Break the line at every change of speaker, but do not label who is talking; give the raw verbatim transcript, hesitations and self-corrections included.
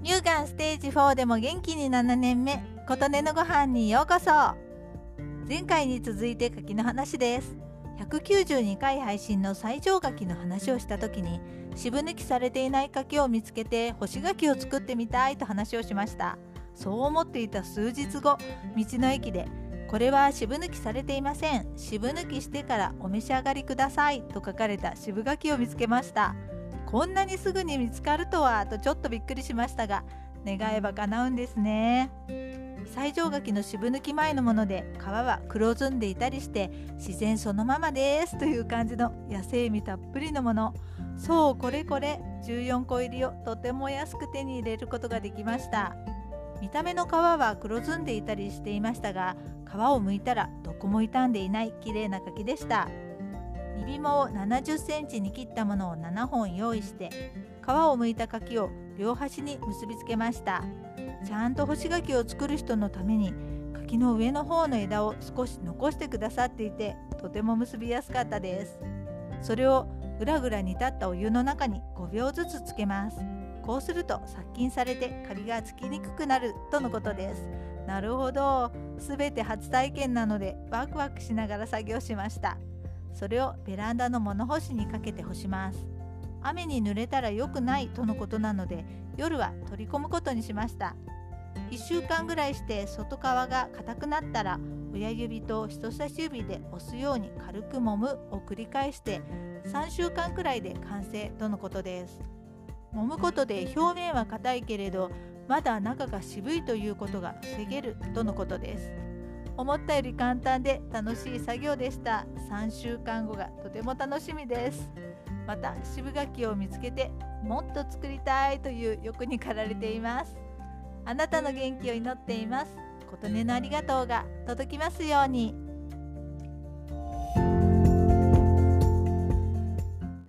乳がんステージフォーでも元気にななねんめ、琴音のご飯にようこそ。前回に続いて柿の話です。ひゃくきゅうじゅうにかい配信の最上柿の話をした時に、渋抜きされていない柿を見つけて干し柿を作ってみたいと話をしました。そう思っていた数日後、道の駅でこれは渋抜きされていません、渋抜きしてからお召し上がりくださいと書かれた渋柿を見つけました。こんなにすぐに見つかるとはとちょっとびっくりしましたが、願えば叶うんですね。最上柿の渋抜き前のもので、皮は黒ずんでいたりして自然そのままですという感じの野生味たっぷりのもの。そうこれこれじゅうよんこ入りをとても安く手に入れることができました。見た目の皮は黒ずんでいたりしていましたが、皮を剥いたらどこも傷んでいない綺麗な柿でした。煮びもをななじゅっセンチに切ったものをななほん用意して、皮を剥いた柿を両端に結びつけました。ちゃんと干し柿を作る人のために柿の上の方の枝を少し残してくださっていて、とても結びやすかったです。それをぐらぐら煮立ったお湯の中にごびょうずつつけます。こうすると殺菌されてカビがつきにくくなるとのことです。なるほど、すべて初体験なのでワクワクしながら作業しました。それをベランダの物干しにかけて干します。雨に濡れたら良くないとのことなので、夜は取り込むことにしました。いっしゅうかんぐらいして外側が硬くなったら、親指と人差し指で押すように軽く揉むを繰り返してさんしゅうかんくらいで完成とのことです。揉むことで表面は硬いけれどまだ中が渋いということが防げるとのことです。思ったより簡単で楽しい作業でした。さんしゅうかんごがとても楽しみです。また渋柿を見つけてもっと作りたいという欲に駆られています。あなたの元気を祈っています。琴音のありがとうが届きますように。